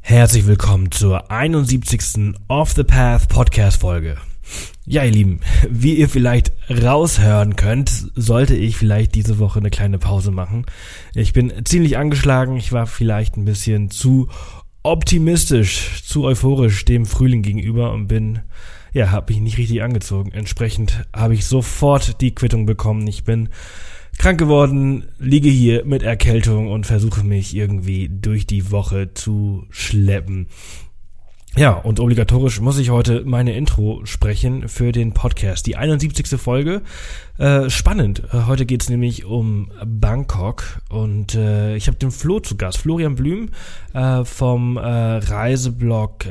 Herzlich willkommen zur 71. Off the Path Podcast Folge. Ja, ihr Lieben, wie ihr vielleicht raushören könnt, sollte ich vielleicht diese Woche eine kleine Pause machen. Ich bin ziemlich angeschlagen, ich war vielleicht ein bisschen zu optimistisch, zu euphorisch dem Frühling gegenüber und habe mich nicht richtig angezogen. Entsprechend habe ich sofort die Quittung bekommen. Ich bin krank geworden, liege hier mit Erkältung und versuche mich irgendwie durch die Woche zu schleppen. Ja, und obligatorisch muss ich heute meine Intro sprechen für den Podcast. Die 71. Folge. Spannend. Heute geht's nämlich um Bangkok und ich habe den Flo zu Gast. Florian Blüm vom Reiseblog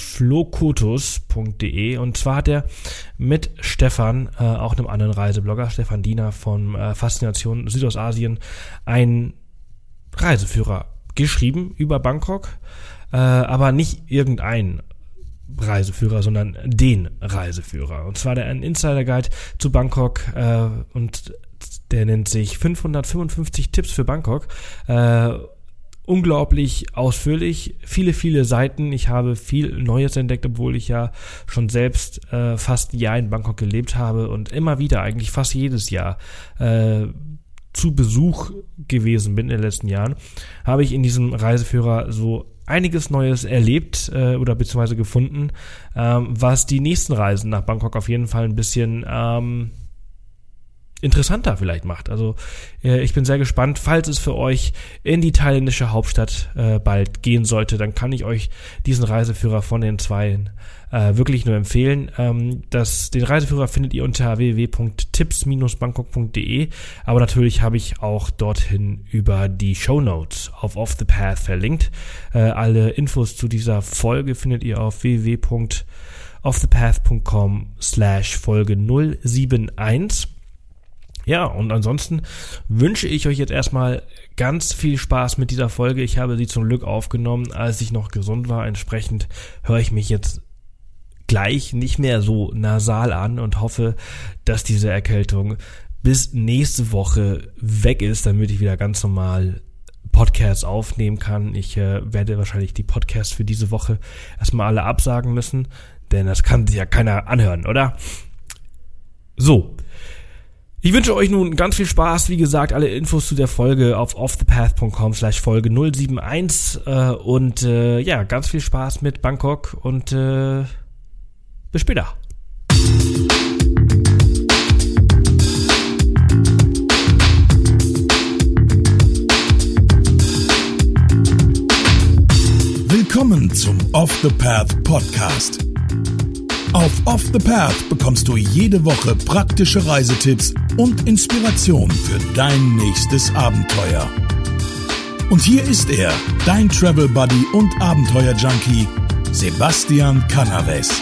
flokotus.de, und zwar hat er mit Stefan, auch einem anderen Reiseblogger, Stefan Diener von Faszination Südostasien, einen Reiseführer geschrieben über Bangkok. Aber nicht irgendein Reiseführer, sondern den Reiseführer. Und zwar ein Insider-Guide zu Bangkok und der nennt sich 555 Tipps für Bangkok. Unglaublich ausführlich, viele Seiten. Ich habe viel Neues entdeckt, obwohl ich ja schon selbst fast ein Jahr in Bangkok gelebt habe und immer wieder, eigentlich fast jedes Jahr, zu Besuch gewesen bin in den letzten Jahren, habe ich in diesem Reiseführer so einiges Neues erlebt oder beziehungsweise gefunden, was die nächsten Reisen nach Bangkok auf jeden Fall ein bisschen interessanter vielleicht macht. Also ich bin sehr gespannt. Falls es für euch in die thailändische Hauptstadt bald gehen sollte, dann kann ich euch diesen Reiseführer von den Zweien wirklich nur empfehlen. Den Reiseführer findet ihr unter www.tipps-bangkok.de, aber natürlich habe ich auch dorthin über die Shownotes auf Off the Path verlinkt. Alle Infos zu dieser Folge findet ihr auf www.offthepath.com/Folge 071. Ja, und ansonsten wünsche ich euch jetzt erstmal ganz viel Spaß mit dieser Folge. Ich habe sie zum Glück aufgenommen, als ich noch gesund war. Entsprechend höre ich mich jetzt gleich nicht mehr so nasal an und hoffe, dass diese Erkältung bis nächste Woche weg ist, damit ich wieder ganz normal Podcasts aufnehmen kann. Ich werde wahrscheinlich die Podcasts für diese Woche erstmal alle absagen müssen, denn das kann sich ja keiner anhören, oder? So. Ich wünsche euch nun ganz viel Spaß. Wie gesagt, alle Infos zu der Folge auf offthepath.com/Folge 071 und ganz viel Spaß mit Bangkok und bis später. Willkommen zum Off the Path Podcast. Auf Off the Path bekommst du jede Woche praktische Reisetipps und Inspiration für dein nächstes Abenteuer. Und hier ist er, dein Travel Buddy und Abenteuer-Junkie, Sebastian Canaves.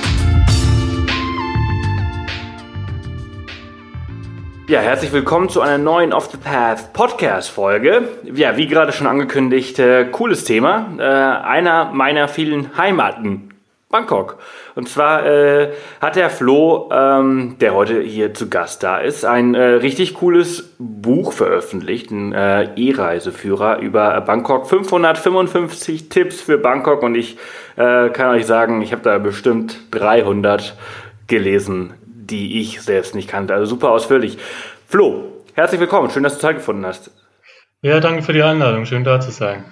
Ja, herzlich willkommen zu einer neuen Off the Path Podcast-Folge. Ja, wie gerade schon angekündigt, cooles Thema. Einer meiner vielen Heimaten, Bangkok. Und zwar hat der Flo, der heute hier zu Gast da ist, ein richtig cooles Buch veröffentlicht, ein E-Reiseführer über Bangkok, 555 Tipps für Bangkok, und ich kann euch sagen, ich habe da bestimmt 300 gelesen, die ich selbst nicht kannte. Also super ausführlich. Flo, herzlich willkommen, schön, dass du Zeit gefunden hast. Ja, danke für die Einladung, schön da zu sein.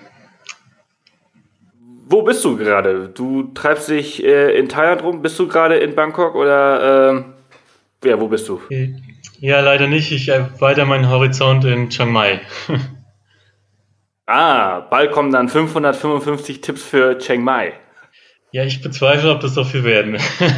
Wo bist du gerade? Du treibst dich in Thailand rum. Bist du gerade in Bangkok oder wo bist du? Ja, leider nicht. Ich erweitere meinen Horizont in Chiang Mai. Bald kommen dann 555 Tipps für Chiang Mai. Ja, ich bezweifle, ob das so viel werden.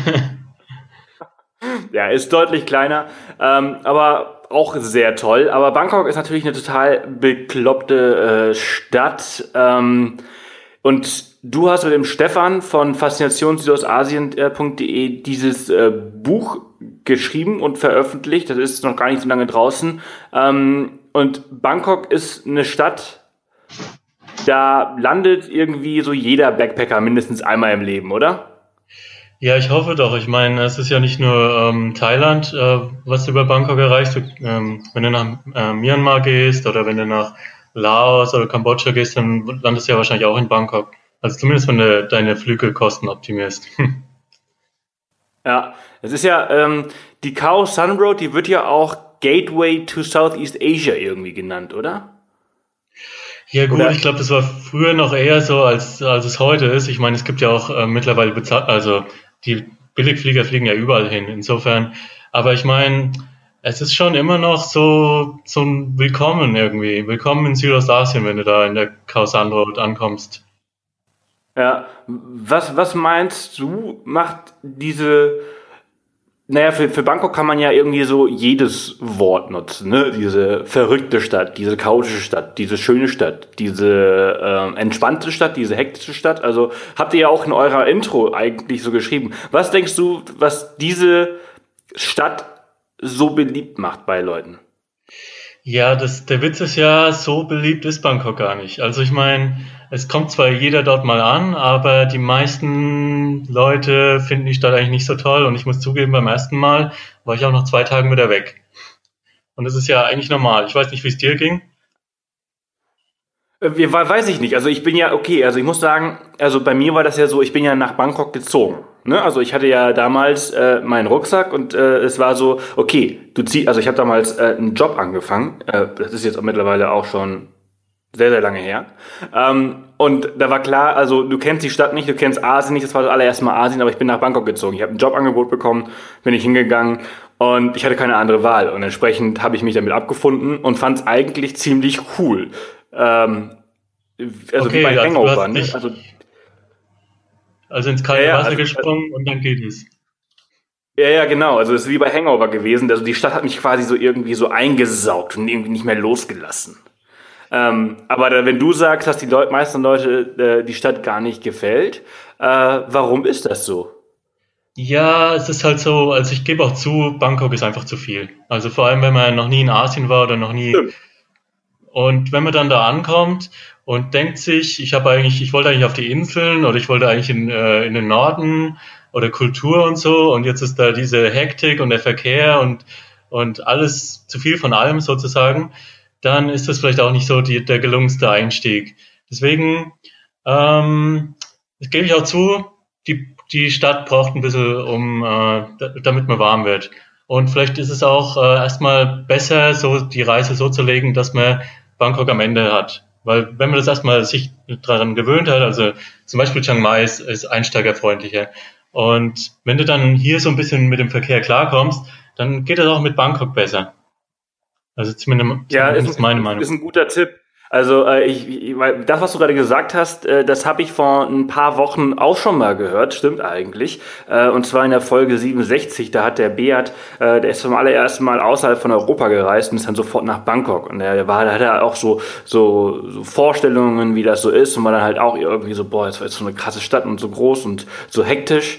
Ja, ist deutlich kleiner, aber auch sehr toll. Aber Bangkok ist natürlich eine total bekloppte Stadt. Und du hast mit dem Stefan von Faszination Südostasien.de dieses Buch geschrieben und veröffentlicht. Das ist noch gar nicht so lange draußen. Und Bangkok ist eine Stadt, da landet irgendwie so jeder Backpacker mindestens einmal im Leben, oder? Ja, ich hoffe doch. Ich meine, es ist ja nicht nur Thailand, was du über Bangkok erreichst. Wenn du nach Myanmar gehst oder wenn du nach Laos oder Kambodscha gehst, dann landest du ja wahrscheinlich auch in Bangkok. Also zumindest wenn du deine Flügelkosten optimierst. Ja, es ist ja, die Khao San Road, die wird ja auch Gateway to Southeast Asia irgendwie genannt, oder? Ja gut, Oder? ich glaube, das war früher noch eher so, als es heute ist. Ich meine, es gibt ja auch mittlerweile also die Billigflieger fliegen ja überall hin, insofern. Aber ich meine, es ist schon immer noch so ein Willkommen irgendwie. Willkommen in Südostasien, wenn du da in der Khao San Road ankommst. Ja, was meinst du, macht diese, naja, für Bangkok kann man ja irgendwie so jedes Wort nutzen, ne? Diese verrückte Stadt, diese chaotische Stadt, diese schöne Stadt, diese entspannte Stadt, diese hektische Stadt. Also habt ihr ja auch in eurer Intro eigentlich so geschrieben. Was denkst du, was diese Stadt so beliebt macht bei Leuten? Ja, der Witz ist ja, so beliebt ist Bangkok gar nicht. Also ich meine, es kommt zwar jeder dort mal an, aber die meisten Leute finden die Stadt eigentlich nicht so toll. Und ich muss zugeben, beim ersten Mal war ich auch nach 2 Tagen wieder weg. Und das ist ja eigentlich normal. Ich weiß nicht, wie es dir ging. Weiß ich nicht. Also ich bin ja, okay, also ich muss sagen, also bei mir war das ja so, ich bin ja nach Bangkok gezogen. Ne? Also ich hatte ja damals meinen Rucksack und es war so, okay, also ich habe damals einen Job angefangen. Das ist jetzt auch mittlerweile auch schon sehr, sehr lange her. Und da war klar, also du kennst die Stadt nicht, du kennst Asien nicht, das war das allererste Mal Asien, aber ich bin nach Bangkok gezogen. Ich habe ein Jobangebot bekommen, bin ich hingegangen und ich hatte keine andere Wahl. Und entsprechend habe ich mich damit abgefunden und fand es eigentlich ziemlich cool. Also Okay, wie bei also du Hangover, hast ne? nicht, also ins kalte Wasser gesprungen und dann geht es. Ja, genau. Also es ist wie bei Hangover gewesen. Also die Stadt hat mich quasi so irgendwie so eingesaugt und irgendwie nicht mehr losgelassen. Aber wenn du sagst, dass die meisten Leute die Stadt gar nicht gefällt, warum ist das so? Ja, es ist halt so, also ich gebe auch zu, Bangkok ist einfach zu viel. Also vor allem, wenn man noch nie in Asien war oder noch nie. Stimmt. Und wenn man dann da ankommt und denkt sich, ich wollte eigentlich auf die Inseln oder ich wollte eigentlich in den Norden oder Kultur und so und jetzt ist da diese Hektik und der Verkehr und alles zu viel von allem sozusagen, dann ist das vielleicht auch nicht so der gelungenste Einstieg. Deswegen das gebe ich auch zu, die Stadt braucht ein bisschen, damit man warm wird. Und vielleicht ist es auch erstmal besser, so die Reise so zu legen, dass man Bangkok am Ende hat. Weil wenn man das erstmal sich daran gewöhnt hat, also zum Beispiel Chiang Mai ist einsteigerfreundlicher. Und wenn du dann hier so ein bisschen mit dem Verkehr klarkommst, dann geht das auch mit Bangkok besser. Also zumindest meine Meinung. Ist ein guter Tipp. Also weil das, was du gerade gesagt hast, das habe ich vor ein paar Wochen auch schon mal gehört, stimmt eigentlich. Und zwar in der Folge 67, da hat der Beat, der ist zum allerersten Mal außerhalb von Europa gereist und ist dann sofort nach Bangkok. Und da hat er auch so Vorstellungen, wie das so ist. Und war dann halt auch irgendwie so, boah, das war jetzt so eine krasse Stadt und so groß und so hektisch.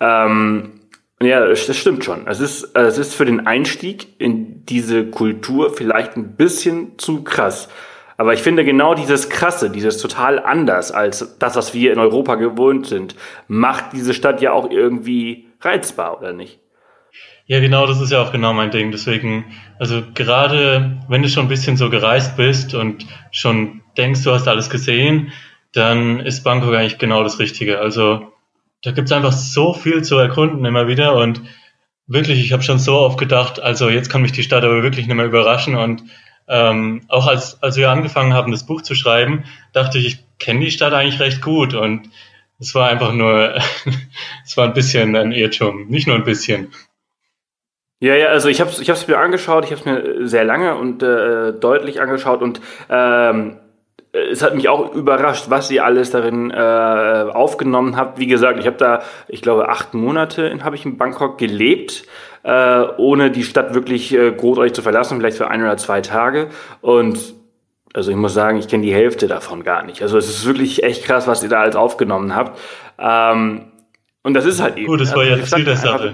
Ja, das stimmt schon. Es ist für den Einstieg in diese Kultur vielleicht ein bisschen zu krass. Aber ich finde genau dieses Krasse, dieses total anders als das, was wir in Europa gewohnt sind, macht diese Stadt ja auch irgendwie reizbar, oder nicht? Ja, genau, das ist ja auch genau mein Ding. Deswegen, also gerade wenn du schon ein bisschen so gereist bist und schon denkst, du hast alles gesehen, dann ist Bangkok eigentlich genau das Richtige. Also da gibt's einfach so viel zu erkunden immer wieder und wirklich, ich habe schon so oft gedacht, also jetzt kann mich die Stadt aber wirklich nicht mehr überraschen und auch als wir angefangen haben, das Buch zu schreiben, dachte ich kenne die Stadt eigentlich recht gut und es war einfach nur, es war ein bisschen ein Irrtum, nicht nur ein bisschen. Ja, also ich hab's mir angeschaut, ich hab's mir sehr lange und deutlich angeschaut und es hat mich auch überrascht, was ihr alles darin aufgenommen habt. Wie gesagt, ich glaube 8 Monate habe ich in Bangkok gelebt, ohne die Stadt wirklich großartig zu verlassen, vielleicht für 1 oder 2 Tage. Und also ich muss sagen, ich kenne die Hälfte davon gar nicht. Also es ist wirklich echt krass, was ihr da alles aufgenommen habt. Und das ist halt eben. Gut, das war ja das Ziel der Sache.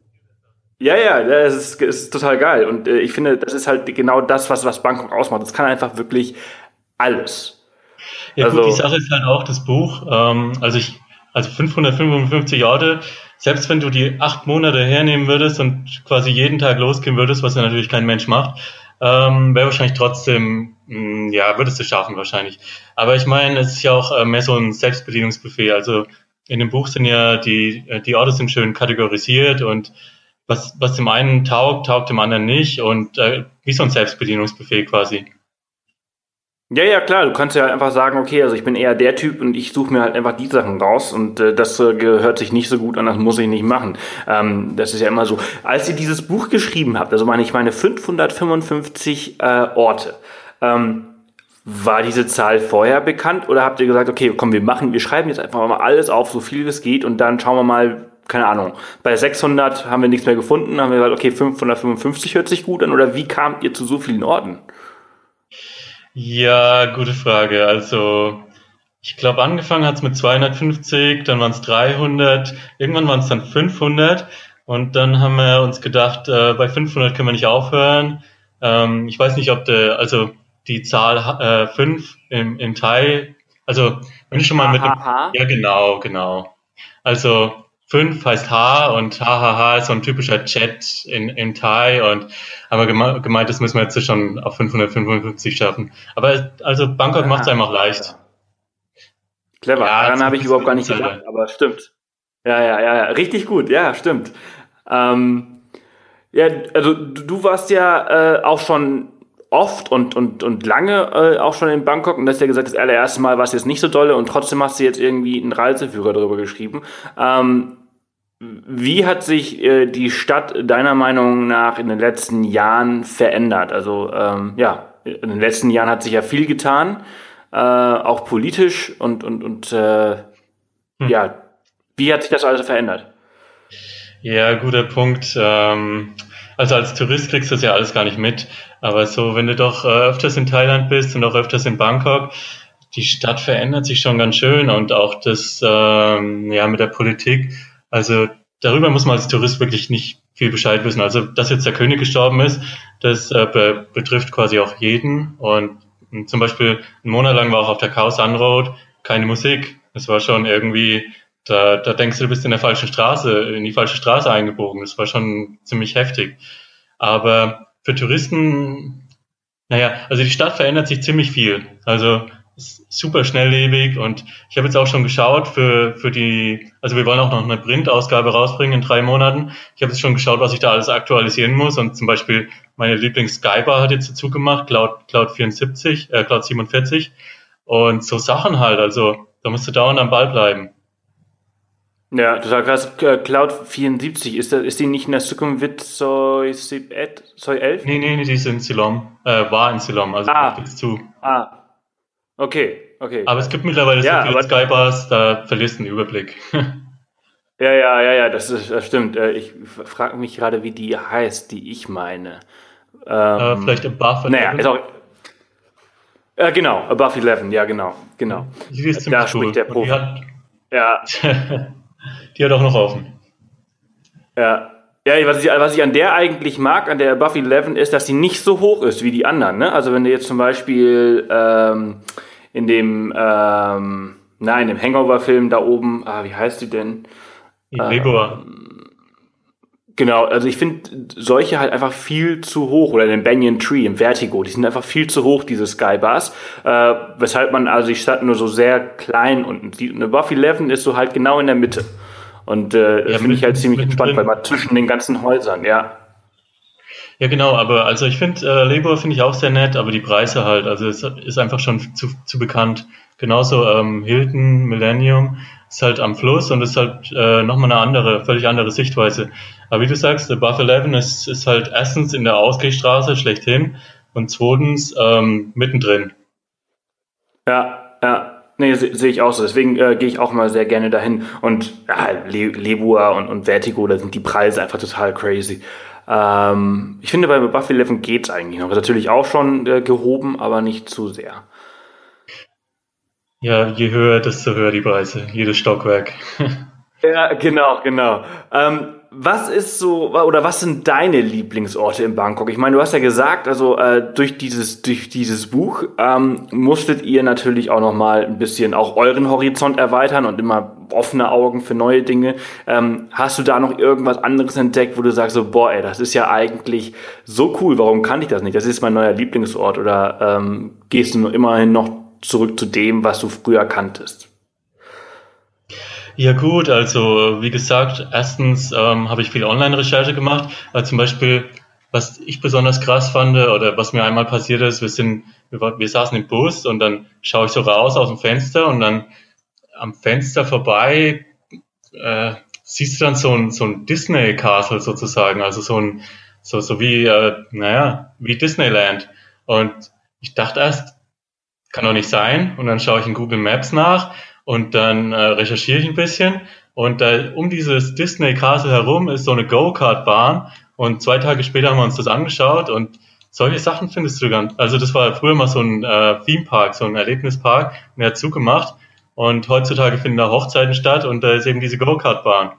Ja, das ist total geil. Und ich finde, das ist halt genau das, was Bangkok ausmacht. Das kann einfach wirklich alles. Ja, gut, die Sache ist halt auch das Buch. Also 555 Orte, selbst wenn du die 8 Monate hernehmen würdest und quasi jeden Tag losgehen würdest, was ja natürlich kein Mensch macht, wäre wahrscheinlich trotzdem, würdest du schaffen wahrscheinlich. Aber ich meine, es ist ja auch mehr so ein Selbstbedienungsbuffet. Also in dem Buch sind ja die Orte sind schön kategorisiert und was dem einen taugt dem anderen nicht und wie so ein Selbstbedienungsbuffet quasi. Ja, ja, klar, du kannst ja einfach sagen, okay, also ich bin eher der Typ und ich suche mir halt einfach die Sachen raus und das gehört sich nicht so gut an, das muss ich nicht machen. Das ist ja immer so. Als ihr dieses Buch geschrieben habt, also ich meine 555 Orte, war diese Zahl vorher bekannt oder habt ihr gesagt, okay, komm, wir schreiben jetzt einfach mal alles auf, so viel es geht und dann schauen wir mal, keine Ahnung, bei 600 haben wir nichts mehr gefunden, haben wir gesagt, okay, 555 hört sich gut an oder wie kamt ihr zu so vielen Orten? Ja, gute Frage. Also ich glaube, angefangen hat's mit 250, dann waren es 300, irgendwann waren es dann 500 und dann haben wir uns gedacht, bei 500 können wir nicht aufhören. Ich weiß nicht, ob also die Zahl 5 im Thai, also wenn ich schon mal mit dem, Hahaha. ja genau. Also 5 heißt H und HHH ist so ein typischer Chat in Thai und haben wir gemeint, das müssen wir jetzt schon auf 555 schaffen. Aber also Bangkok macht es einem auch leicht. Clever, Ja, daran habe ich überhaupt gar nicht Seite. gedacht, aber stimmt. Ja, richtig gut, ja, stimmt. Ja, also du warst ja auch schon oft und lange auch schon in Bangkok und du hast ja gesagt, das allererste Mal war es jetzt nicht so dolle und trotzdem hast du jetzt irgendwie einen Reiseführer darüber geschrieben. Wie hat sich die Stadt deiner Meinung nach in den letzten Jahren verändert? Also in den letzten Jahren hat sich ja viel getan, auch politisch und ja, wie hat sich das also verändert? Ja, guter Punkt. Also als Tourist kriegst du das ja alles gar nicht mit. Aber so, wenn du doch öfters in Thailand bist und auch öfters in Bangkok, die Stadt verändert sich schon ganz schön und auch das mit der Politik. Also darüber muss man als Tourist wirklich nicht viel Bescheid wissen. Also dass jetzt der König gestorben ist, das betrifft quasi auch jeden. Und zum Beispiel einen Monat lang war auch auf der Khao San Road keine Musik. Es war schon irgendwie, da denkst du, du bist in die falsche Straße eingebogen. Das war schon ziemlich heftig. Aber für Touristen, also die Stadt verändert sich ziemlich viel. Also ist super schnelllebig und ich habe jetzt auch schon geschaut also wir wollen auch noch eine Printausgabe rausbringen in 3 Monaten. Ich habe jetzt schon geschaut, was ich da alles aktualisieren muss und zum Beispiel meine Lieblings-Skybar hat jetzt dazu gemacht, Cloud 47 und so Sachen halt, also da musst du dauernd am Ball bleiben. Ja, total krass. Cloud 74, ist die nicht in der Sukhumvit Soi 11? Nee, die ist in Silom, war in Silom, also gibt's zu. Okay. Aber es gibt mittlerweile so viele Skybars, da verlierst du den Überblick. Ja, das stimmt. Ich frage mich gerade, wie die heißt, die ich meine. Vielleicht Above 11. Naja, ist auch. Genau, Above 11, ja, genau. Die ist ziemlich Da cool. spricht der Profi. Ja. Die hat auch noch offen. Ja, was ich an der eigentlich mag, an der Above 11, ist, dass sie nicht so hoch ist wie die anderen. Ne? Also wenn du jetzt zum Beispiel in dem Hangover-Film da oben, wie heißt die denn? Lebor. Genau, also ich finde solche halt einfach viel zu hoch, oder den Banyan Tree im Vertigo, die sind einfach viel zu hoch, diese Skybars, weshalb man also die Stadt nur so sehr klein unten sieht. Und Above 11 ist so halt genau in der Mitte. Und das finde ich halt ziemlich entspannt, weil man zwischen den ganzen Häusern, ja. Ja, genau, aber also ich finde, Lebor finde ich auch sehr nett, aber die Preise halt, also es ist einfach schon zu bekannt. Genauso Hilton, Millennium ist halt am Fluss und ist halt nochmal eine völlig andere Sichtweise. Aber wie du sagst, Above 11 ist halt erstens in der Ausgehstraße schlechthin und zweitens mittendrin. Ja. Nee, sehe ich auch so. Deswegen gehe ich auch mal sehr gerne dahin. Und Lebua und Vertigo, da sind die Preise einfach total crazy. Ich finde, bei Above 11 geht's eigentlich noch. Ist natürlich auch schon gehoben, aber nicht zu sehr. Ja, je höher, desto höher die Preise. Jedes Stockwerk. Ja, genau. was ist so, oder was sind deine Lieblingsorte in Bangkok? Ich meine, du hast ja gesagt, also durch dieses Buch musstet ihr natürlich auch noch mal ein bisschen auch euren Horizont erweitern und immer offene Augen für neue Dinge. Hast du da noch irgendwas anderes entdeckt, wo du sagst so, boah, ey, das ist ja eigentlich so cool, warum kannte ich das nicht? Das ist mein neuer Lieblingsort. Oder gehst du immerhin noch zurück zu dem, was du früher kanntest? Ja gut, also wie gesagt, erstens habe ich viel Online-Recherche gemacht, weil zum Beispiel, was ich besonders krass fand oder was mir einmal passiert ist, wir saßen im Bus und dann schaue ich so raus aus dem Fenster und dann am Fenster vorbei siehst du dann so ein Disney-Castle sozusagen, also so wie wie Disneyland. Und ich dachte erst, kann doch nicht sein. Und dann schaue ich in Google Maps nach und dann recherchiere ich ein bisschen. Und um dieses Disney Castle herum ist so eine Go-Kart-Bahn. Und 2 Tage später haben wir uns das angeschaut. Und solche Sachen findest du ganz. Also das war früher mal so ein Theme-Park, so ein Erlebnispark. Und der hat zugemacht. Und heutzutage finden da Hochzeiten statt. Und da ist eben diese Go-Kart-Bahn.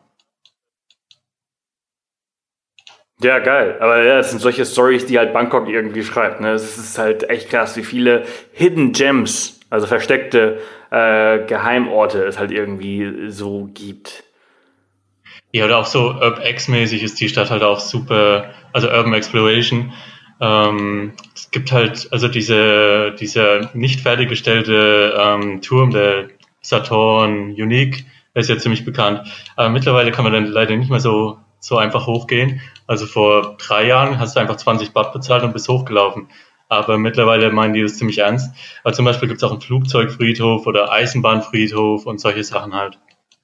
Ja, geil. Aber ja, das sind solche Stories, die halt Bangkok irgendwie schreibt. Ne? Es ist halt echt krass, wie viele Hidden Gems, also versteckte Geheimorte es halt irgendwie so gibt. Ja, oder auch so UrbX-mäßig ist die Stadt halt auch super, also Urban Exploration. Es gibt halt, also dieser nicht fertiggestellte Turm, der Saturn Unique, der ist ja ziemlich bekannt. Aber mittlerweile kann man dann leider nicht mehr so einfach hochgehen. Also vor 3 Jahren hast du einfach 20 Baht bezahlt und bist hochgelaufen. Aber mittlerweile meinen die das ziemlich ernst. Aber zum Beispiel gibt es auch einen Flugzeugfriedhof oder Eisenbahnfriedhof und solche Sachen halt.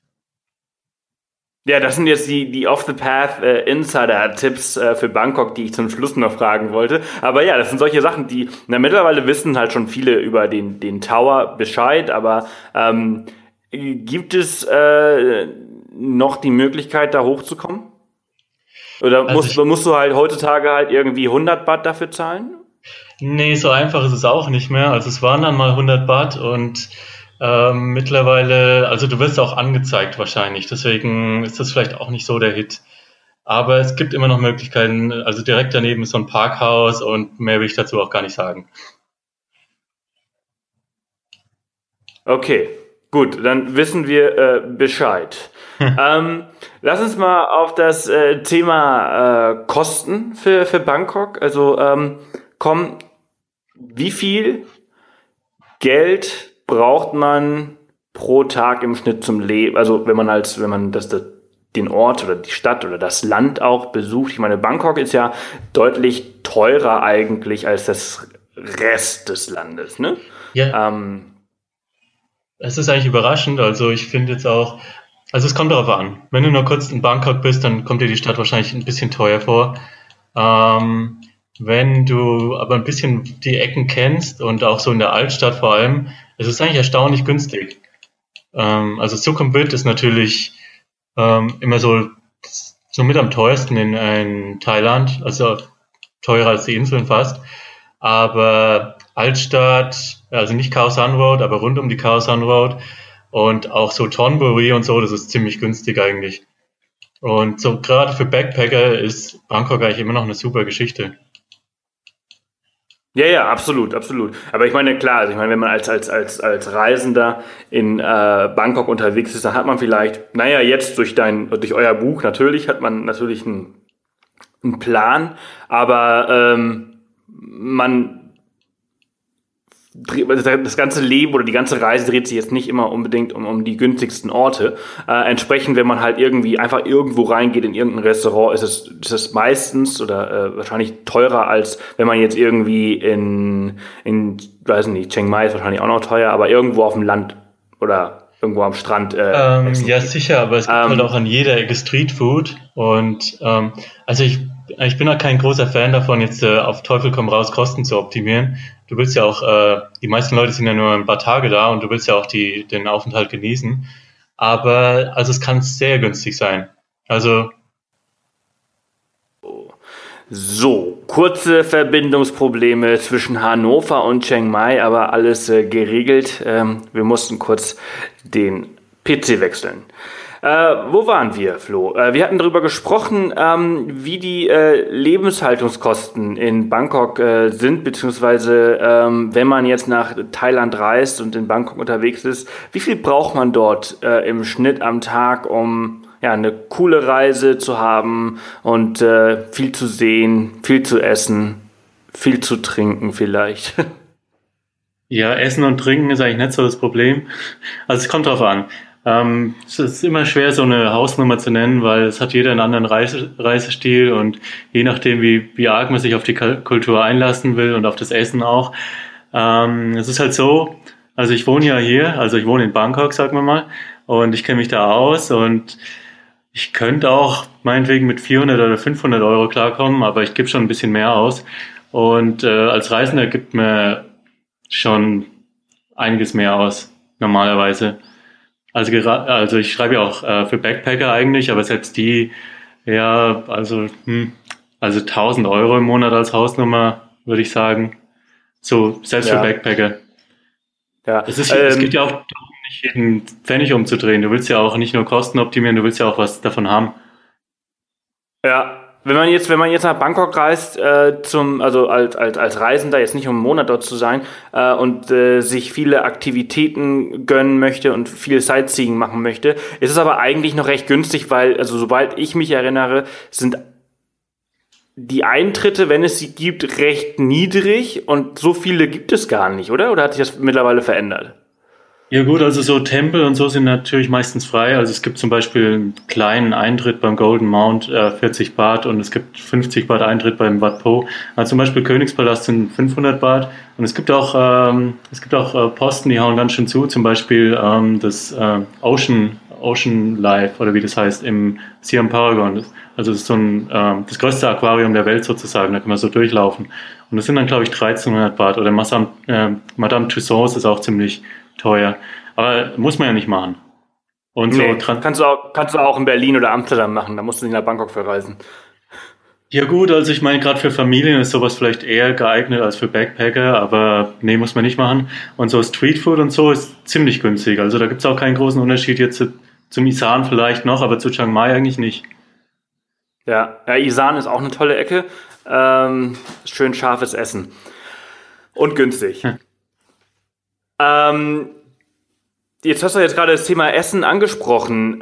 Ja, das sind jetzt die Off-the-Path Insider-Tipps für Bangkok, die ich zum Schluss noch fragen wollte. Aber ja, das sind solche Sachen, die, mittlerweile wissen halt schon viele über den Tower Bescheid, aber gibt es noch die Möglichkeit, da hochzukommen? Oder also musst du halt heutzutage halt irgendwie 100 Baht dafür zahlen? Nee, so einfach ist es auch nicht mehr. Also es waren dann mal 100 Baht und mittlerweile, also du wirst auch angezeigt wahrscheinlich, deswegen ist das vielleicht auch nicht so der Hit. Aber es gibt immer noch Möglichkeiten, also direkt daneben ist so ein Parkhaus und mehr will ich dazu auch gar nicht sagen. Okay, gut, dann wissen wir Bescheid. Lass uns mal auf das Thema Kosten für Bangkok. Also wie viel Geld braucht man pro Tag im Schnitt zum Leben? Also wenn man den Ort oder die Stadt oder das Land auch besucht. Ich meine, Bangkok ist ja deutlich teurer eigentlich als das Rest des Landes, ne? Ja. Es ist eigentlich überraschend. Also ich finde jetzt auch, also es kommt darauf an. Wenn du nur kurz in Bangkok bist, dann kommt dir die Stadt wahrscheinlich ein bisschen teuer vor. Wenn du aber ein bisschen die Ecken kennst und auch so in der Altstadt vor allem, es ist eigentlich erstaunlich günstig. Also Sukhumvit ist natürlich immer so mit am teuersten in Thailand, also teurer als die Inseln fast. Aber Altstadt, also nicht Khao San Road, aber rund um die Khao San Road und auch so Thonburi und so, das ist ziemlich günstig eigentlich. Und so gerade für Backpacker ist Bangkok eigentlich immer noch eine super Geschichte. Ja, absolut. Aber ich meine, klar, also ich meine, wenn man als Reisender in Bangkok unterwegs ist, dann hat man vielleicht, jetzt durch euer Buch natürlich, hat man natürlich einen Plan, aber das ganze Leben oder die ganze Reise dreht sich jetzt nicht immer unbedingt um die günstigsten Orte. Entsprechend, wenn man halt irgendwie einfach irgendwo reingeht in irgendein Restaurant, ist es meistens oder wahrscheinlich teurer, als wenn man jetzt irgendwie in weiß nicht, Chiang Mai ist wahrscheinlich auch noch teuer, aber irgendwo auf dem Land oder irgendwo am Strand. Ja, sicher, aber es gibt halt auch an jeder Ecke Streetfood und also ich bin auch kein großer Fan davon, jetzt auf Teufel komm raus Kosten zu optimieren. Du willst ja auch, die meisten Leute sind ja nur ein paar Tage da und du willst ja auch den Aufenthalt genießen. Aber also es kann sehr günstig sein. Also so, kurze Verbindungsprobleme zwischen Hannover und Chiang Mai, aber alles geregelt. Wir mussten kurz den PC wechseln. Wo waren wir, Flo? Wir hatten darüber gesprochen, wie die Lebenshaltungskosten in Bangkok sind, beziehungsweise wenn man jetzt nach Thailand reist und in Bangkok unterwegs ist, wie viel braucht man dort im Schnitt am Tag, um eine coole Reise zu haben und viel zu sehen, viel zu essen, viel zu trinken vielleicht? Ja, Essen und Trinken ist eigentlich nicht so das Problem. Also es kommt drauf an. Es ist immer schwer, so eine Hausnummer zu nennen, weil es hat jeder einen anderen Reisestil und je nachdem, wie arg man sich auf die Kultur einlassen will und auf das Essen auch. Es ist halt so, also ich wohne ja hier, also ich wohne in Bangkok, sagen wir mal, und ich kenne mich da aus und ich könnte auch meinetwegen mit 400 oder 500 Euro klarkommen, aber ich gebe schon ein bisschen mehr aus. Und als Reisender gibt mir schon einiges mehr aus, normalerweise. Also ich schreibe ja auch für Backpacker eigentlich, aber selbst die, also 1.000 Euro im Monat als Hausnummer, würde ich sagen. So, selbst für Backpacker. Ja. Es geht ja auch darum, nicht jeden Pfennig umzudrehen. Du willst ja auch nicht nur Kosten optimieren, du willst ja auch was davon haben. Ja. Wenn man jetzt nach Bangkok reist, also als Reisender, jetzt nicht um einen Monat dort zu sein, und sich viele Aktivitäten gönnen möchte und viel Sightseeing machen möchte, ist es aber eigentlich noch recht günstig, weil, also sobald ich mich erinnere, sind die Eintritte, wenn es sie gibt, recht niedrig und so viele gibt es gar nicht, oder? Oder hat sich das mittlerweile verändert? Ja gut, also so Tempel und so sind natürlich meistens frei. Also es gibt zum Beispiel einen kleinen Eintritt beim Golden Mount, 40 Baht, und es gibt 50 Baht Eintritt beim Wat Po. Also zum Beispiel Königspalast sind 500 Baht. Und es gibt auch Posten, die hauen ganz schön zu. Zum Beispiel das Ocean Life, oder wie das heißt, im Siam Paragon. Also das ist so das größte Aquarium der Welt sozusagen. Da kann man so durchlaufen. Und das sind dann, glaube ich, 1.300 Baht. Oder Madame Tussauds ist auch ziemlich teuer. Aber muss man ja nicht machen. Und nee, kannst du auch in Berlin oder Amsterdam machen. Da musst du nicht nach Bangkok verreisen. Ja gut, also ich meine, gerade für Familien ist sowas vielleicht eher geeignet als für Backpacker, aber nee, muss man nicht machen. Und so Streetfood und so ist ziemlich günstig. Also da gibt's auch keinen großen Unterschied jetzt zum Isan vielleicht noch, aber zu Chiang Mai eigentlich nicht. Ja, Isan ist auch eine tolle Ecke. Schön scharfes Essen. Und günstig. Jetzt hast du jetzt gerade das Thema Essen angesprochen.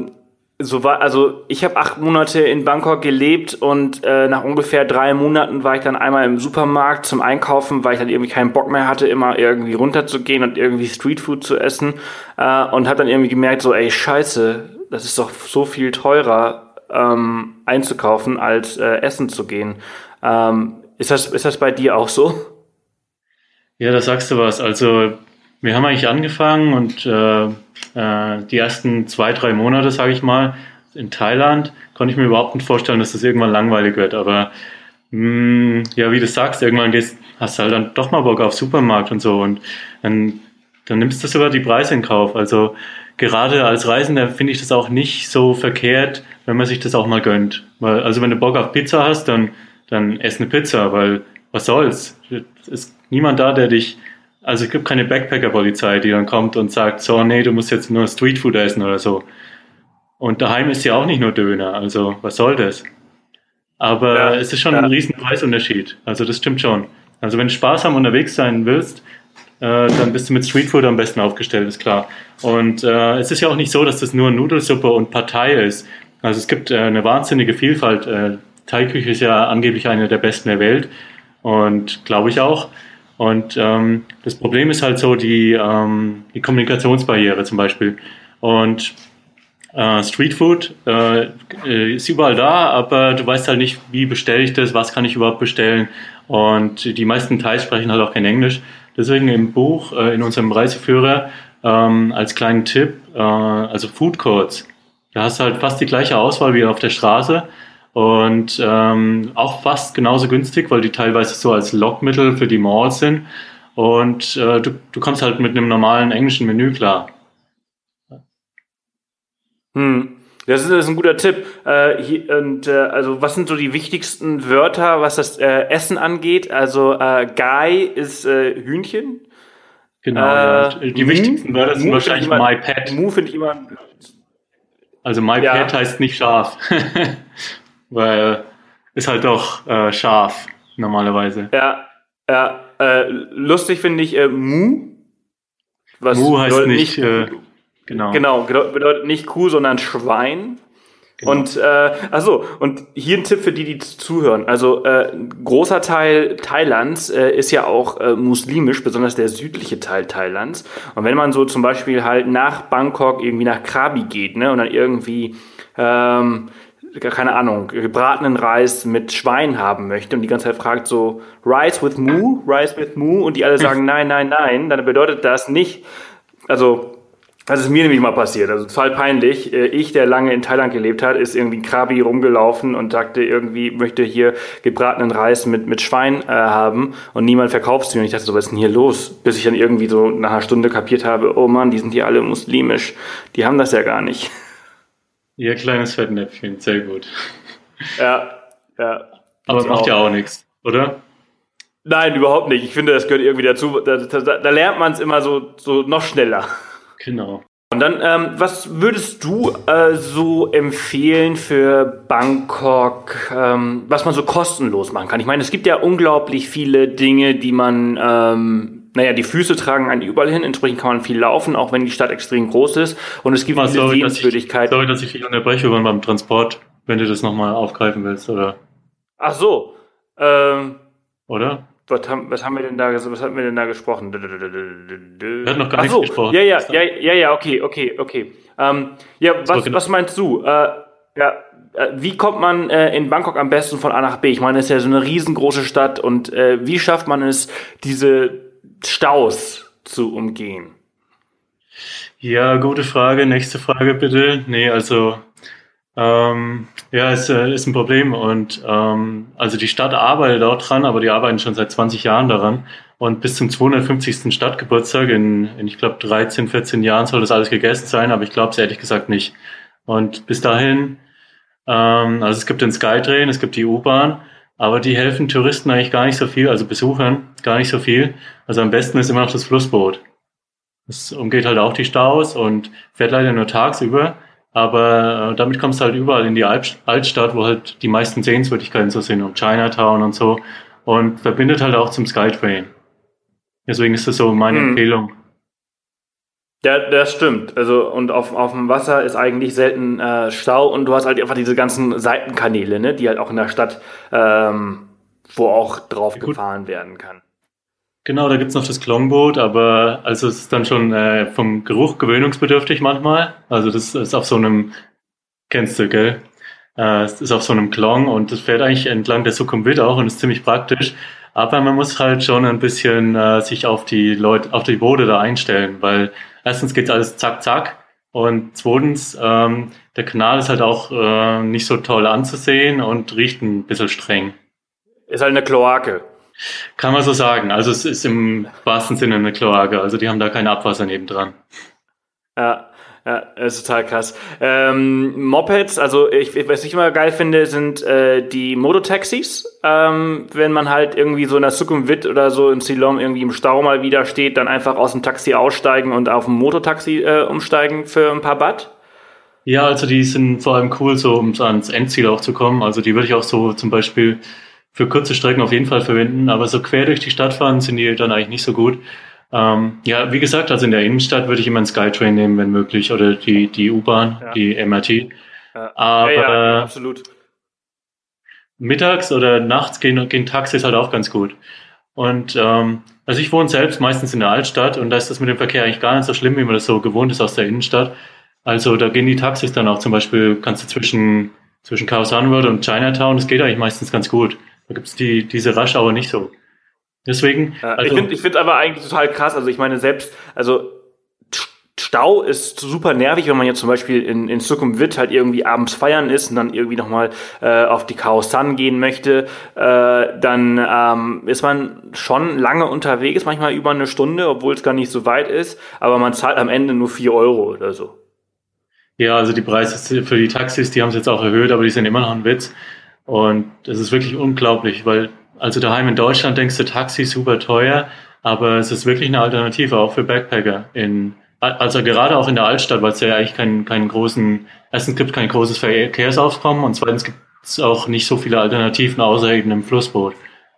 Ich habe 8 Monate in Bangkok gelebt und nach ungefähr 3 Monaten war ich dann einmal im Supermarkt zum Einkaufen, weil ich dann irgendwie keinen Bock mehr hatte, immer irgendwie runterzugehen und irgendwie Streetfood zu essen, und habe dann irgendwie gemerkt, so, ey, scheiße, das ist doch so viel teurer einzukaufen, als essen zu gehen. Ist das bei dir auch so? Ja, da sagst du was. Also wir haben eigentlich angefangen und die ersten 2-3 Monate, sage ich mal, in Thailand, konnte ich mir überhaupt nicht vorstellen, dass das irgendwann langweilig wird. Aber wie du sagst, irgendwann hast du halt dann doch mal Bock auf Supermarkt und so, und dann nimmst du sogar die Preise in Kauf. Also gerade als Reisender finde ich das auch nicht so verkehrt, wenn man sich das auch mal gönnt. Also wenn du Bock auf Pizza hast, dann ess eine Pizza, weil was soll's? Es ist niemand da, also es gibt keine Backpacker-Polizei, die dann kommt und sagt, so, nee, du musst jetzt nur Streetfood essen oder so. Und daheim ist ja auch nicht nur Döner, also was soll das? Aber es ist schon ein riesen Preisunterschied, also das stimmt schon. Also wenn du Spaß haben unterwegs sein willst, dann bist du mit Streetfood am besten aufgestellt, ist klar. Und es ist ja auch nicht so, dass das nur Nudelsuppe und Pad Thai ist. Also es gibt eine wahnsinnige Vielfalt. Thai-Küche ist ja angeblich eine der besten der Welt, und glaube ich auch. Und das Problem ist halt so die Kommunikationsbarriere zum Beispiel. Und Streetfood ist überall da, aber du weißt halt nicht, wie bestelle ich das, was kann ich überhaupt bestellen. Und die meisten Thais sprechen halt auch kein Englisch. Deswegen im Buch, in unserem Reiseführer, als kleinen Tipp, also Food Courts. Da hast du halt fast die gleiche Auswahl wie auf der Straße. Und auch fast genauso günstig, weil die teilweise so als Lockmittel für die Malls sind. Und du kommst halt mit einem normalen englischen Menü klar. Das ist ein guter Tipp. Also was sind so die wichtigsten Wörter, was das Essen angeht? Also Gai ist Hühnchen. Genau, ja. Die wichtigsten Wörter sind wahrscheinlich my pet. Mu finde ich immer... Also my pet heißt nicht Schaf. Weil ist halt doch scharf normalerweise. Ja, lustig finde ich Mu. Was Mu heißt nicht Genau, bedeutet nicht Kuh, sondern Schwein. Genau. Und und hier ein Tipp für die zuhören. Also großer Teil Thailands ist ja auch muslimisch, besonders der südliche Teil Thailands. Und wenn man so zum Beispiel halt nach Bangkok irgendwie nach Krabi geht, ne, und dann irgendwie keine Ahnung, gebratenen Reis mit Schwein haben möchte und die ganze Zeit fragt so, Rice with Mu, und die alle sagen, nein, dann bedeutet das nicht, also, das ist mir nämlich mal passiert, also total peinlich, ich, der lange in Thailand gelebt hat, ist irgendwie in Krabi rumgelaufen und sagte irgendwie, möchte hier gebratenen Reis mit Schwein haben und niemand verkauft es mir und ich dachte so, was ist denn hier los? Bis ich dann irgendwie so nach einer Stunde kapiert habe, oh Mann, die sind hier alle muslimisch, die haben das ja gar nicht. Ihr kleines Fettnäpfchen, sehr gut. Ja. Aber es macht ja auch nichts, oder? Nein, überhaupt nicht. Ich finde, das gehört irgendwie dazu. Da lernt man es immer so noch schneller. Genau. Und dann, was würdest du so empfehlen für Bangkok, was man so kostenlos machen kann? Ich meine, es gibt ja unglaublich viele Dinge, die man... die Füße tragen einen überall hin, entsprechend kann man viel laufen, auch wenn die Stadt extrem groß ist. Und es gibt viele Sehenswürdigkeiten. Sorry, dass ich dich unterbreche beim Transport, wenn du das nochmal aufgreifen willst, oder? Ach so. Oder? Was hatten wir denn da gesprochen? Wir hatten noch gar nichts gesprochen. Ja, okay. Was meinst du? Wie kommt man in Bangkok am besten von A nach B? Ich meine, es ist ja so eine riesengroße Stadt und wie schafft man es, diese Staus zu umgehen? Ja, gute Frage. Nächste Frage bitte. Nee, also ist ein Problem und also die Stadt arbeitet auch dran, aber die arbeiten schon seit 20 Jahren daran und bis zum 250. Stadtgeburtstag in ich glaube 13, 14 Jahren soll das alles gegessen sein, aber ich glaube es ehrlich gesagt nicht. Und bis dahin, also es gibt den Skytrain, es gibt die U-Bahn, aber die helfen Touristen eigentlich gar nicht so viel, also Besuchern gar nicht so viel. Also am besten ist immer noch das Flussboot. Das umgeht halt auch die Staus und fährt leider nur tagsüber, aber damit kommst du halt überall in die Altstadt, wo halt die meisten Sehenswürdigkeiten so sind, um Chinatown und so, und verbindet halt auch zum Skytrain. Deswegen ist das so meine Empfehlung. Ja, das stimmt. Also, und auf dem Wasser ist eigentlich selten Stau und du hast halt einfach diese ganzen Seitenkanäle, ne, die halt auch in der Stadt, wo auch drauf gefahren werden kann. Genau, da gibt's noch das Klongboot, aber also es ist dann schon vom Geruch gewöhnungsbedürftig manchmal. Also das ist auf so einem, kennst du, gell? Es ist auf so einem Klong und das fährt eigentlich entlang der Sukhumvit auch und ist ziemlich praktisch. Aber man muss halt schon ein bisschen sich auf die Boote da einstellen, weil erstens geht's alles zack, zack. Und zweitens, der Kanal ist halt auch nicht so toll anzusehen und riecht ein bisschen streng. Ist halt eine Kloake. Kann man so sagen. Also es ist im wahrsten Sinne eine Kloake. Also die haben da kein Abwasser nebendran. Ja, das ist total krass. Mopeds, also was ich immer geil finde, sind die Mototaxis. Wenn man halt irgendwie so in der Sukhumvit oder so in Ceylon irgendwie im Stau mal wieder steht, dann einfach aus dem Taxi aussteigen und auf ein Mototaxi umsteigen für ein paar Baht. Ja, also die sind vor allem cool, so um ans Endziel auch zu kommen. Also die würde ich auch so zum Beispiel für kurze Strecken auf jeden Fall verwenden, aber so quer durch die Stadt fahren sind die dann eigentlich nicht so gut. Wie gesagt, also in der Innenstadt würde ich immer einen Skytrain nehmen, wenn möglich, oder die U-Bahn, die MRT. Aber absolut. Mittags oder nachts gehen Taxis halt auch ganz gut. Und also ich wohne selbst meistens in der Altstadt und da ist das mit dem Verkehr eigentlich gar nicht so schlimm, wie man das so gewohnt ist aus der Innenstadt. Also da gehen die Taxis dann auch zum Beispiel, kannst du zwischen Khao San Road und Chinatown, das geht eigentlich meistens ganz gut. Da gibt's diese Rush-Hour nicht so. Deswegen. Ich finde aber eigentlich total krass. Also ich meine Stau ist super nervig, wenn man jetzt zum Beispiel in Sukhumvit halt irgendwie abends feiern ist und dann irgendwie nochmal auf die Khao San gehen möchte. Dann ist man schon lange unterwegs, manchmal über eine Stunde, obwohl es gar nicht so weit ist. Aber man zahlt am Ende nur 4 Euro oder so. Ja, also die Preise für die Taxis, die haben es jetzt auch erhöht, aber die sind immer noch ein Witz. Und das ist wirklich unglaublich, weil also daheim in Deutschland denkst du, Taxi super teuer, aber es ist wirklich eine Alternative auch für Backpacker also gerade auch in der Altstadt, weil es ja eigentlich erstens gibt kein großes Verkehrsaufkommen und zweitens gibt es auch nicht so viele Alternativen außer eben einem Flussboot.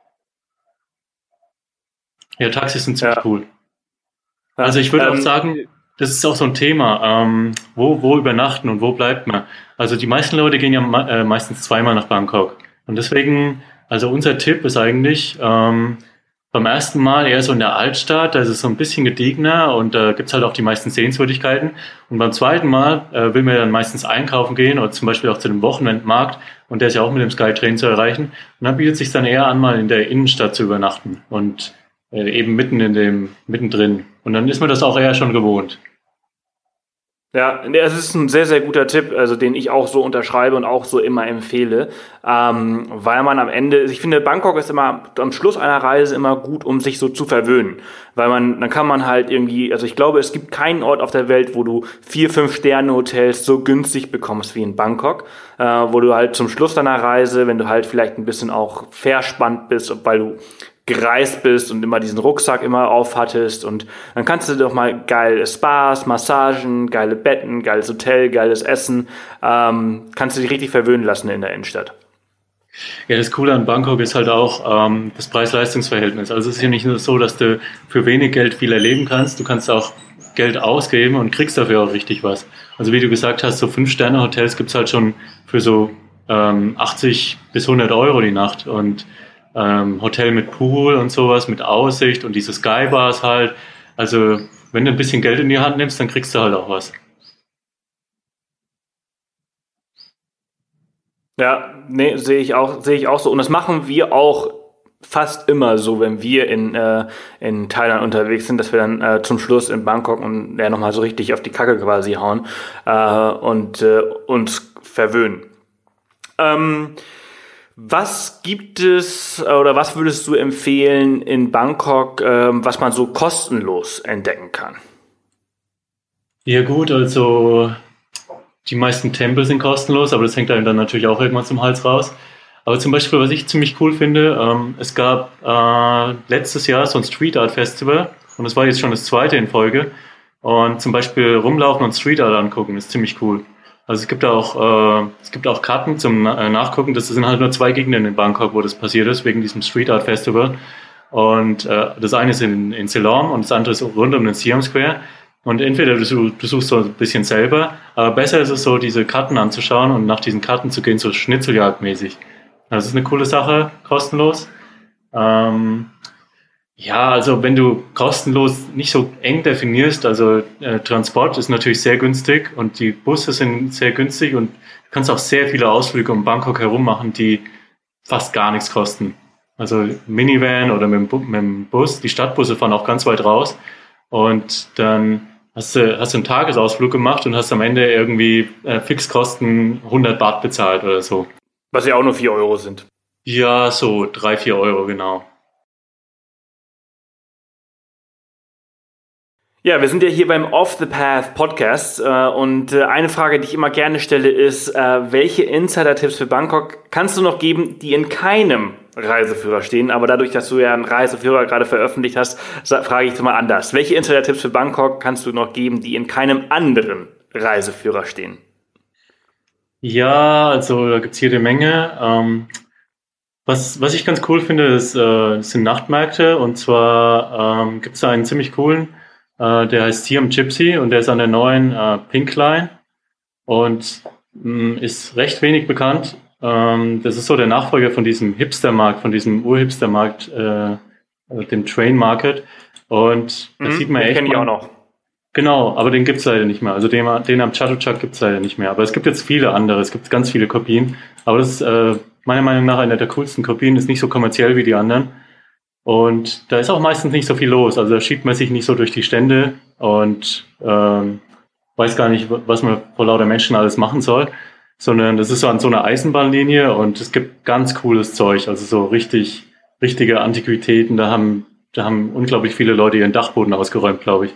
Ja, Taxis sind ziemlich cool. Also ich würde auch sagen, das ist auch so ein Thema, wo übernachten und wo bleibt man. Also die meisten Leute gehen ja meistens zweimal nach Bangkok. Und deswegen, also unser Tipp ist eigentlich, beim ersten Mal eher so in der Altstadt, da ist es so ein bisschen gediegener und da gibt's halt auch die meisten Sehenswürdigkeiten. Und beim zweiten Mal will man dann meistens einkaufen gehen oder zum Beispiel auch zu dem Wochenendmarkt und der ist ja auch mit dem Skytrain zu erreichen. Und dann bietet es sich dann eher an, mal in der Innenstadt zu übernachten und eben mittendrin. Und dann ist man das auch eher schon gewohnt. Ja, es ist ein sehr, sehr guter Tipp, also den ich auch so unterschreibe und auch so immer empfehle, weil man am Ende, ich finde, Bangkok ist immer am Schluss einer Reise immer gut, um sich so zu verwöhnen, weil dann kann man halt irgendwie, also ich glaube, es gibt keinen Ort auf der Welt, wo du 4-5-Sterne-Hotels so günstig bekommst wie in Bangkok, wo du halt zum Schluss deiner Reise, wenn du halt vielleicht ein bisschen auch verspannt bist, weil du gereist bist und immer diesen Rucksack immer aufhattest und dann kannst du doch mal geile Spas, Massagen, geile Betten, geiles Hotel, geiles Essen, kannst du dich richtig verwöhnen lassen in der Innenstadt. Ja, das Coole an Bangkok ist halt auch das Preis-Leistungs-Verhältnis. Also es ist ja nicht nur so, dass du für wenig Geld viel erleben kannst, du kannst auch Geld ausgeben und kriegst dafür auch richtig was. Also wie du gesagt hast, so 5-Sterne-Hotels gibt's halt schon für so 80 bis 100 Euro die Nacht und Hotel mit Pool und sowas, mit Aussicht und diese Skybars halt. Also, wenn du ein bisschen Geld in die Hand nimmst, dann kriegst du halt auch was. Ja, nee, sehe ich auch so. Und das machen wir auch fast immer so, wenn wir in Thailand unterwegs sind, dass wir dann zum Schluss in Bangkok und nochmal so richtig auf die Kacke quasi hauen und uns verwöhnen. Was gibt es oder was würdest du empfehlen in Bangkok, was man so kostenlos entdecken kann? Ja gut, also die meisten Tempel sind kostenlos, aber das hängt einem dann natürlich auch irgendwann zum Hals raus. Aber zum Beispiel, was ich ziemlich cool finde, es gab letztes Jahr so ein Street Art Festival und das war jetzt schon das zweite in Folge. Und zum Beispiel rumlaufen und Street Art angucken ist ziemlich cool. Also es gibt auch Karten zum Nachgucken. Das sind halt nur 2 Gegenden in Bangkok, wo das passiert ist, wegen diesem Street Art Festival. Und das eine ist in Ceylon und das andere ist rund um den Siam Square. Und entweder du suchst so ein bisschen selber, aber besser ist es so, diese Karten anzuschauen und nach diesen Karten zu gehen, so Schnitzeljagdmäßig. Das ist eine coole Sache, kostenlos. Ja, also wenn du kostenlos nicht so eng definierst, also Transport ist natürlich sehr günstig und die Busse sind sehr günstig und du kannst auch sehr viele Ausflüge um Bangkok herum machen, die fast gar nichts kosten. Also Minivan oder mit dem Bus, die Stadtbusse fahren auch ganz weit raus und dann hast du einen Tagesausflug gemacht und hast am Ende irgendwie Fixkosten 100 Baht bezahlt oder so. Was ja auch nur 4 Euro sind. Ja, so 3-4 Euro, genau. Ja, wir sind ja hier beim Off the Path Podcast und eine Frage, die ich immer gerne stelle, ist, welche Insider-Tipps für Bangkok kannst du noch geben, die in keinem Reiseführer stehen? Aber dadurch, dass du ja einen Reiseführer gerade veröffentlicht hast, frage ich es mal anders. Welche Insider-Tipps für Bangkok kannst du noch geben, die in keinem anderen Reiseführer stehen? Ja, also da gibt's jede Menge. Was ich ganz cool finde, sind Nachtmärkte und zwar gibt's da einen ziemlich coolen, der heißt Siam Gypsy und der ist an der neuen Pink Line und ist recht wenig bekannt. Das ist so der Nachfolger von diesem Hipstermarkt, von diesem Urhipstermarkt, dem Train Market. Und das sieht man echt. Den kenne ich auch noch. Genau, aber den gibt's leider nicht mehr. Also den am Chatuchak gibt's leider nicht mehr. Aber es gibt jetzt viele andere, es gibt ganz viele Kopien. Aber das ist meiner Meinung nach einer der coolsten Kopien, ist nicht so kommerziell wie die anderen. Und da ist auch meistens nicht so viel los. Also da schiebt man sich nicht so durch die Stände und weiß gar nicht, was man vor lauter Menschen alles machen soll. Sondern das ist so an so einer Eisenbahnlinie und es gibt ganz cooles Zeug. Also so richtige Antiquitäten. Da haben unglaublich viele Leute ihren Dachboden ausgeräumt, glaube ich.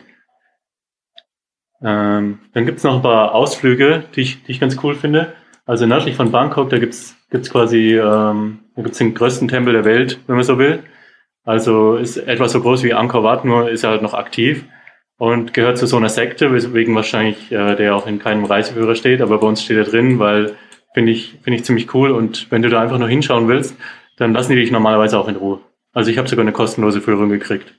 Dann gibt's noch ein paar Ausflüge, die ich ganz cool finde. Also nördlich von Bangkok, da gibt's quasi da gibt's den größten Tempel der Welt, wenn man so will. Also ist etwas so groß wie Angkor Wat, nur ist er halt noch aktiv und gehört zu so einer Sekte, weswegen wahrscheinlich der auch in keinem Reiseführer steht, aber bei uns steht er drin, weil finde ich ziemlich cool, und wenn du da einfach nur hinschauen willst, dann lassen die dich normalerweise auch in Ruhe. Also ich habe sogar eine kostenlose Führung gekriegt.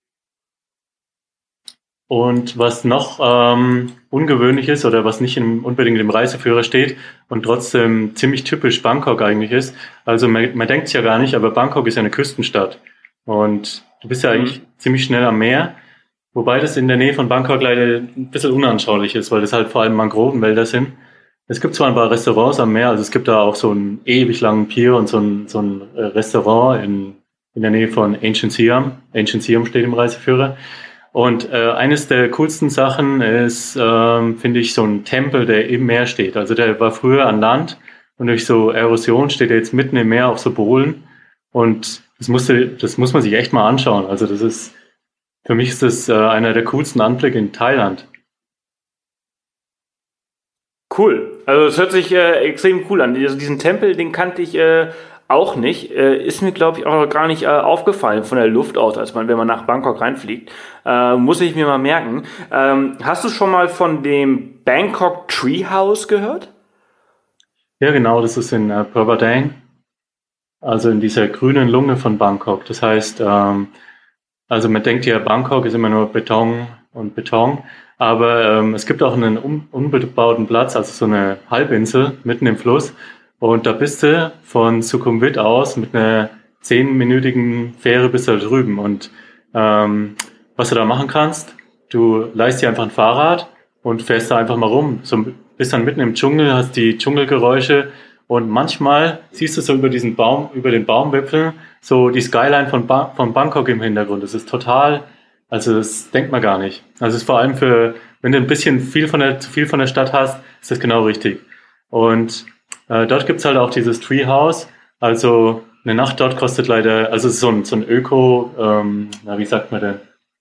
Und was noch ungewöhnlich ist oder was nicht unbedingt im Reiseführer steht und trotzdem ziemlich typisch Bangkok eigentlich ist, also man denkt es ja gar nicht, aber Bangkok ist ja eine Küstenstadt und du bist ja eigentlich ziemlich schnell am Meer, wobei das in der Nähe von Bangkok leider ein bisschen unanschaulich ist, weil das halt vor allem Mangrovenwälder sind. Es gibt zwar ein paar Restaurants am Meer, also es gibt da auch so einen ewig langen Pier und so ein Restaurant in der Nähe von Ancient Siam. Ancient Siam steht im Reiseführer. Und eines der coolsten Sachen ist, finde ich, so ein Tempel, der im Meer steht. Also der war früher an Land und durch so Erosion steht er jetzt mitten im Meer auf so Bohlen. Und das muss man sich echt mal anschauen. Also für mich ist das einer der coolsten Anblicke in Thailand. Cool. Also es hört sich extrem cool an. Also diesen Tempel, den kannte ich auch nicht. Ist mir, glaube ich, auch gar nicht aufgefallen von der Luft aus, wenn man nach Bangkok reinfliegt. Muss ich mir mal merken. Hast du schon mal von dem Bangkok Treehouse gehört? Ja, genau. Das ist in Phra Bang. Also in dieser grünen Lunge von Bangkok. Das heißt, also man denkt ja, Bangkok ist immer nur Beton und Beton. Aber es gibt auch einen unbebauten Platz, also so eine Halbinsel mitten im Fluss. Und da bist du von Sukhumvit aus mit einer 10-minütigen Fähre bis da drüben. Und was du da machen kannst, du leihst dir einfach ein Fahrrad und fährst da einfach mal rum. So, bist dann mitten im Dschungel, hast die Dschungelgeräusche und manchmal siehst du so über den Baumwipfeln so die Skyline von Bangkok im Hintergrund. Das ist total... Also das denkt man gar nicht. Also es ist vor allem wenn du ein bisschen zu viel von der Stadt hast, ist das genau richtig. Und dort gibt's halt auch dieses Treehouse. Also eine Nacht dort kostet leider, also es ist so ein Öko, wie sagt man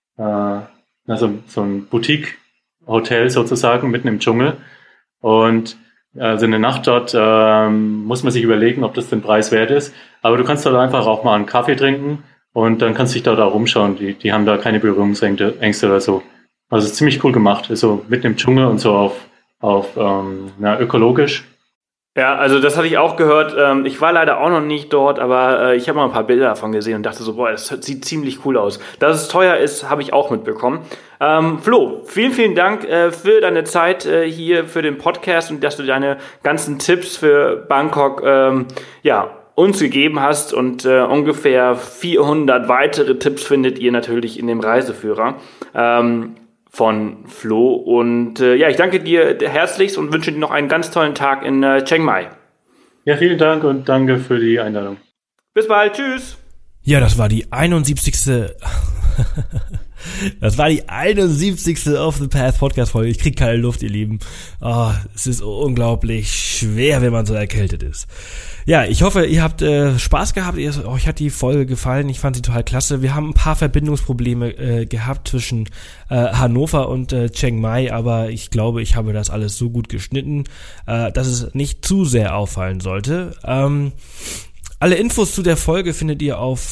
denn? So ein Boutique-Hotel sozusagen mitten im Dschungel. Und also eine Nacht dort muss man sich überlegen, ob das den Preis wert ist. Aber du kannst dort einfach auch mal einen Kaffee trinken. Und dann kannst du dich da rumschauen. Die haben da keine Berührungsängste oder so. Also es ist ziemlich cool gemacht. Ist so mitten im Dschungel und so auf ökologisch. Ja, also das hatte ich auch gehört. Ich war leider auch noch nicht dort, aber ich habe mal ein paar Bilder davon gesehen und dachte so, boah, das sieht ziemlich cool aus. Dass es teuer ist, habe ich auch mitbekommen. Flo, vielen, vielen Dank für deine Zeit hier für den Podcast und dass du deine ganzen Tipps für Bangkok uns gegeben hast, und ungefähr 400 weitere Tipps findet ihr natürlich in dem Reiseführer von Flo. Und ich danke dir herzlichst und wünsche dir noch einen ganz tollen Tag in Chiang Mai. Ja, vielen Dank und danke für die Einladung. Bis bald, tschüss. Ja, das war die 71. Das war die 71. Off the Path Podcast Folge. Ich krieg keine Luft, ihr Lieben. Oh, es ist unglaublich schwer, wenn man so erkältet ist. Ja, ich hoffe, ihr habt Spaß gehabt. Euch hat die Folge gefallen. Ich fand sie total klasse. Wir haben ein paar Verbindungsprobleme gehabt zwischen Hannover und Chiang Mai, aber ich glaube, ich habe das alles so gut geschnitten, dass es nicht zu sehr auffallen sollte. Alle Infos zu der Folge findet ihr auf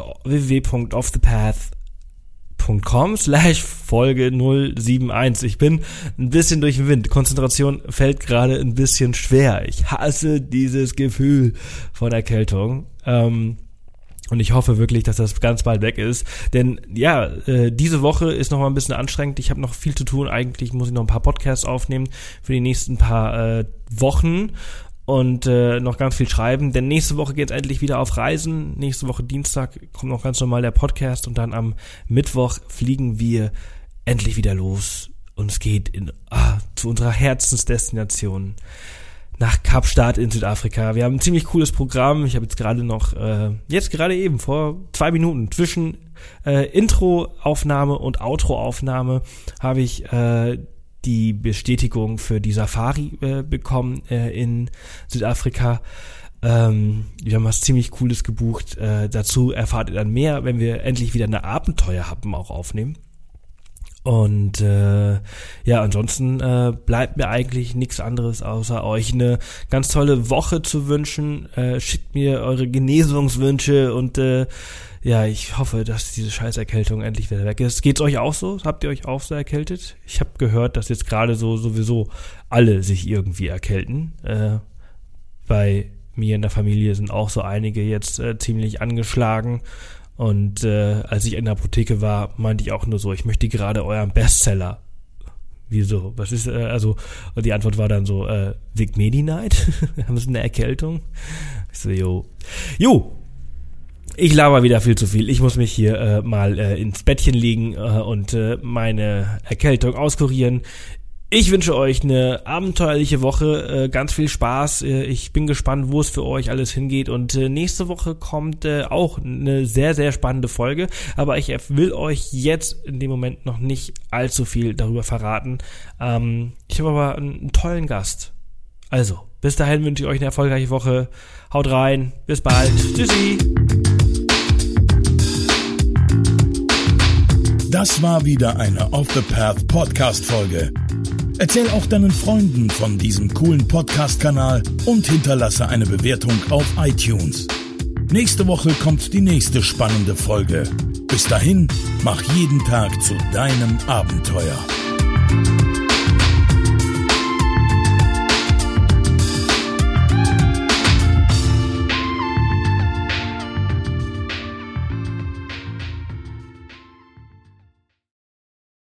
www.offthepath.com/Folge 071. Ich bin ein bisschen durch den Wind. Konzentration fällt gerade ein bisschen schwer. Ich hasse dieses Gefühl von Erkältung. Und ich hoffe wirklich, dass das ganz bald weg ist. Denn ja, diese Woche ist noch mal ein bisschen anstrengend. Ich habe noch viel zu tun. Eigentlich muss ich noch ein paar Podcasts aufnehmen für die nächsten paar Wochen. Und noch ganz viel schreiben, denn nächste Woche geht's endlich wieder auf Reisen. Nächste Woche Dienstag kommt noch ganz normal der Podcast und dann am Mittwoch fliegen wir endlich wieder los. Und es geht zu unserer Herzensdestination nach Kapstadt in Südafrika. Wir haben ein ziemlich cooles Programm. Ich habe jetzt gerade eben vor 2 Minuten zwischen Intro-Aufnahme und Outro-Aufnahme habe ich die Bestätigung für die Safari bekommen in Südafrika. Wir haben was ziemlich Cooles gebucht. Dazu erfahrt ihr dann mehr, wenn wir endlich wieder eine Abenteuerhappen auch aufnehmen. Und ansonsten bleibt mir eigentlich nichts anderes, außer euch eine ganz tolle Woche zu wünschen. Schickt mir eure Genesungswünsche und ich hoffe, dass diese Scheißerkältung endlich wieder weg ist. Geht's euch auch so? Habt ihr euch auch so erkältet? Ich habe gehört, dass jetzt gerade sowieso alle sich irgendwie erkälten. Bei mir in der Familie sind auch so einige jetzt ziemlich angeschlagen. Und als ich in der Apotheke war, meinte ich auch nur so, ich möchte gerade euren Bestseller. Wieso? Was ist, und die Antwort war dann so, Vic Medi-Night? Haben Sie eine Erkältung? Ich so, jo, ich laber wieder viel zu viel. Ich muss mich hier mal ins Bettchen legen und meine Erkältung auskurieren. Ich wünsche euch eine abenteuerliche Woche, ganz viel Spaß. Ich bin gespannt, wo es für euch alles hingeht. Und nächste Woche kommt auch eine sehr, sehr spannende Folge. Aber ich will euch jetzt in dem Moment noch nicht allzu viel darüber verraten. Ich habe aber einen tollen Gast. Also, bis dahin wünsche ich euch eine erfolgreiche Woche. Haut rein, bis bald. Tschüssi. Das war wieder eine Off the Path Podcast-Folge. Erzähl auch deinen Freunden von diesem coolen Podcast-Kanal und hinterlasse eine Bewertung auf iTunes. Nächste Woche kommt die nächste spannende Folge. Bis dahin, mach jeden Tag zu deinem Abenteuer.